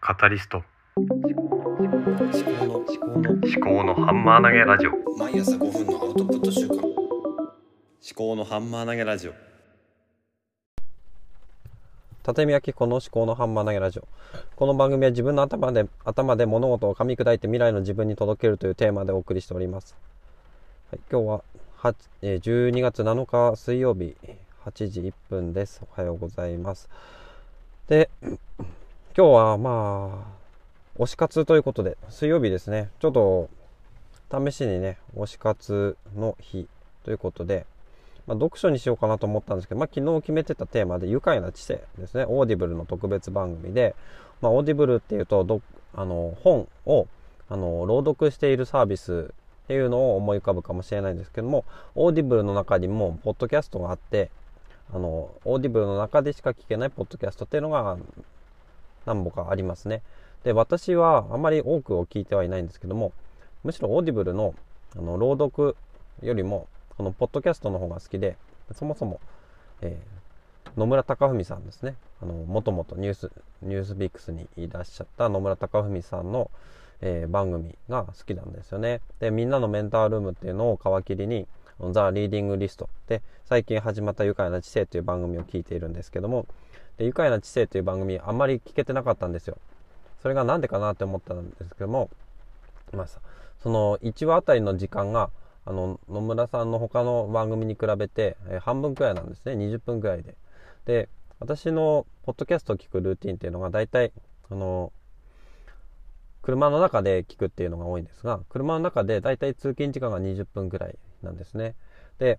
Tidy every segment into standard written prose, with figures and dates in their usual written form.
カタリスト思考のハンマー投げラジオ。 毎朝5分のアウトプット週間。 思考のハンマー投げラジオ。 立見明子の思考のハンマー投げラジオ。この番組は自分の頭で物事を噛み砕いて未来の自分に届けるというテーマでお送りしております。はい、今日は12月7日水曜日8時1分です。おはようございます。で、今日は推し活ということで水曜日ですね。ちょっと試しにね推し活の日ということで、読書にしようかなと思ったんですけど、昨日決めてたテーマで愉快な知性ですね。オーディブルの特別番組で、オーディブルっていうと本を朗読しているサービスっていうのを思い浮かぶかもしれないんですけども、オーディブルの中にもポッドキャストがあって、オーディブルの中でしか聞けないポッドキャストっていうのが何本かありますね。で、私はあまり多くを聞いてはいないんですけども、むしろオーディブルの朗読よりもこのポッドキャストの方が好きで、そもそも、野村貴文さんですね。もともとニュースビックスにいらっしゃった野村貴文さんの、番組が好きなんですよね。で、みんなのメンタールームっていうのを皮切りにザ・リーディングリストで最近始まった愉快な知性という番組を聞いているんですけども、で、愉快な知性という番組あんまり聞けてなかったんですよ。それがなんでかなって思ったんですけども、その1話あたりの時間が野村さんの他の番組に比べて、半分くらいなんですね。20分くらいで。で、私のポッドキャストを聞くルーティンっていうのがだいたい車の中で聞くっていうのが多いんですが、車の中でだいたい通勤時間が20分くらいなんですね。で、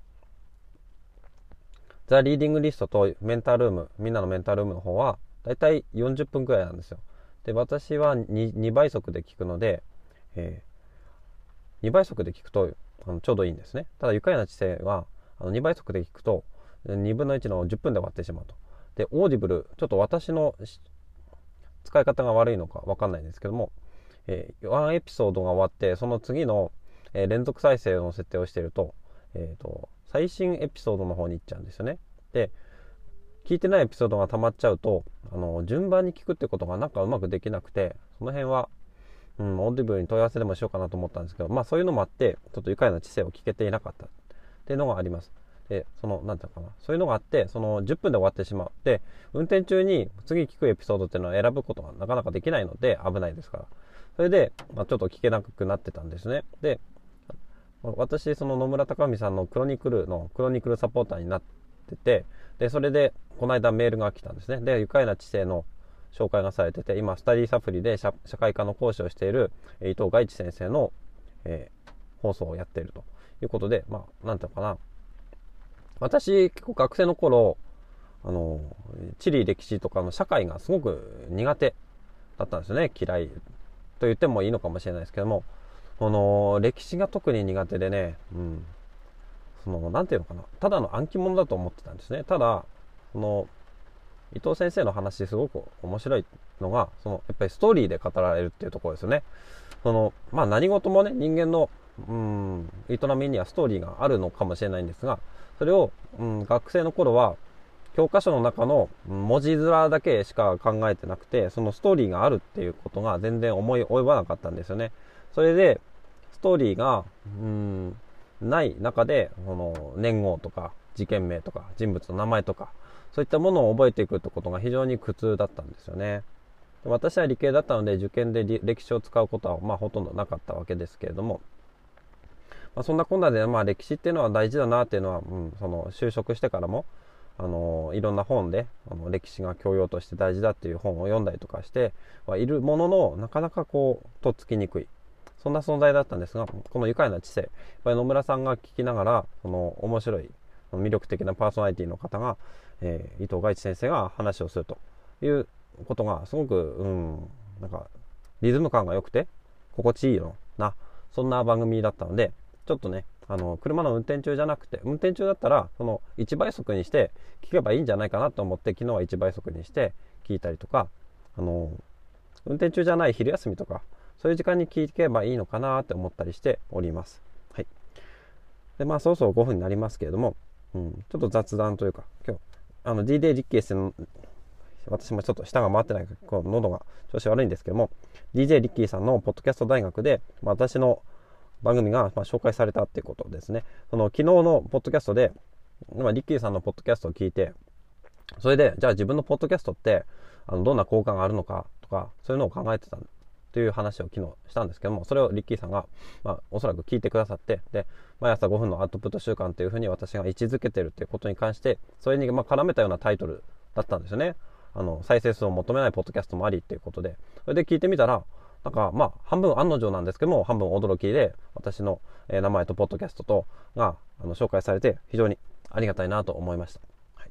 ザ・リーディングリストとメンタールーム、みんなのメンタールームの方はだいたい40分くらいなんですよ。で、私は 2倍速で聞くので、2倍速で聞くとちょうどいいんですね。ただ愉快な知性は2倍速で聞くと2分の1の10分で終わってしまうと。で、オーディブル、ちょっと私の使い方が悪いのか分かんないんですけども、1エピソードが終わってその次の、連続再生の設定をしていると、最新エピソードの方に行っちゃうんですよね。で、聞いてないエピソードが溜まっちゃうと順番に聞くってことがうまくできなくて、その辺はオーディブルに問い合わせでもしようかなと思ったんですけど、そういうのもあってちょっと愉快な知性を聞けていなかったっていうのがあります。で、なんていうのかな、そういうのがあって10分で終わってしまう。で、運転中に次聞くエピソードっていうのを選ぶことがなかなかできないので危ないですから、それで、ちょっと聞けなくなってたんですね。で、私野村貴文さんのクロニクルサポーターになってて、で、それでこの間メールが来たんですね。で、愉快な知性の紹介がされてて、今スタディサプリで社会科の講師をしている伊藤外地先生の、放送をやっているということで、なんていうのかな、私結構学生の頃地理歴史とかの社会がすごく苦手だったんですよね。嫌いと言ってもいいのかもしれないですけども、歴史が特に苦手でね、なんていうのかな、ただの暗記物だと思ってたんですね。ただ伊藤先生の話すごく面白いのがやっぱりストーリーで語られるっていうところですよね。何事もね、人間の営みにはストーリーがあるのかもしれないんですが、それを、学生の頃は教科書の中の文字面だけしか考えてなくて、そのストーリーがあるっていうことが全然思い及ばなかったんですよね。それでストーリーがない中で年号とか事件名とか人物の名前とかそういったものを覚えていくってことが非常に苦痛だったんですよね。私は理系だったので受験で歴史を使うことはほとんどなかったわけですけれども、そんなこんなで歴史っていうのは大事だなっていうのは、就職してからもいろんな本で歴史が教養として大事だっていう本を読んだりとかしてはいるものの、なかなかとっつきにくい、そんな存在だったんですが、この愉快な知性、やっぱり野村さんが聞きながら面白い魅力的なパーソナリティの方が、伊藤外地先生が話をするということがすごくリズム感が良くて心地いいような、そんな番組だったので、ちょっとね車の運転中じゃなくて、運転中だったら1倍速にして聞けばいいんじゃないかなと思って、昨日は1倍速にして聞いたりとか、運転中じゃない昼休みとかそういう時間に聞けばいいのかなって思ったりしております。はい。で、そろそろ5分になりますけれども、ちょっと雑談というか、今日D-Day リッケー私もちょっと舌が回ってないから喉が調子悪いんですけども、 DJ リッキーさんのポッドキャスト大学で、私の番組が紹介されたっていうことですね。昨日のポッドキャストで、リッキーさんのポッドキャストを聞いて、それでじゃあ自分のポッドキャストってどんな効果があるのかとか、そういうのを考えてたという話を昨日したんですけども、それをリッキーさんが、おそらく聞いてくださって、で毎朝5分のアウトプット習慣というふうに私が位置づけてるということに関して、それに絡めたようなタイトルだったんですよね。再生数を求めないポッドキャストもありっていうことで、それで聞いてみたら、なんか半分案の定なんですけども、半分驚きで、私の名前とポッドキャストとが紹介されて、非常にありがたいなと思いました。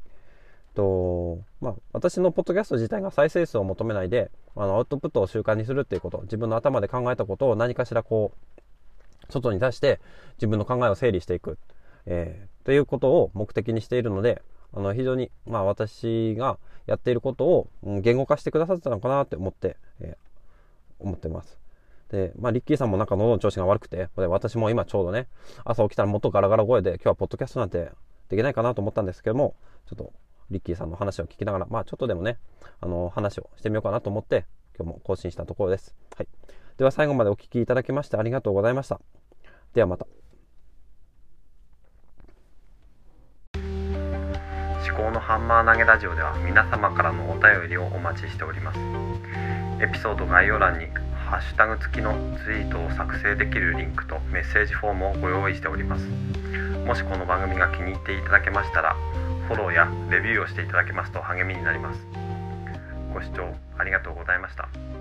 私のポッドキャスト自体が再生数を求めないでアウトプットを習慣にするっていうこと、自分の頭で考えたことを何かしら外に出して自分の考えを整理していく、ということを目的にしているので、非常に私がやっていることを言語化してくださってたのかなって思ってます。で、リッキーさんもなんか喉の調子が悪くて、で私も今ちょうどね、朝起きたらもっとガラガラ声で今日はポッドキャストなんてできないかなと思ったんですけども、ちょっとリッキーさんの話を聞きながら、ちょっとでもね話をしてみようかなと思って今日も更新したところです。はい、では最後までお聞きいただきましてありがとうございました。ではまた。 至高のハンマー投げラジオでは皆様からのお便りをお待ちしております。エピソード概要欄にハッシュタグ付きのツイートを作成できるリンクとメッセージフォームをご用意しております。もしこの番組が気に入っていただけましたら、フォローやレビューをしていただけますと励みになります。ご視聴ありがとうございました。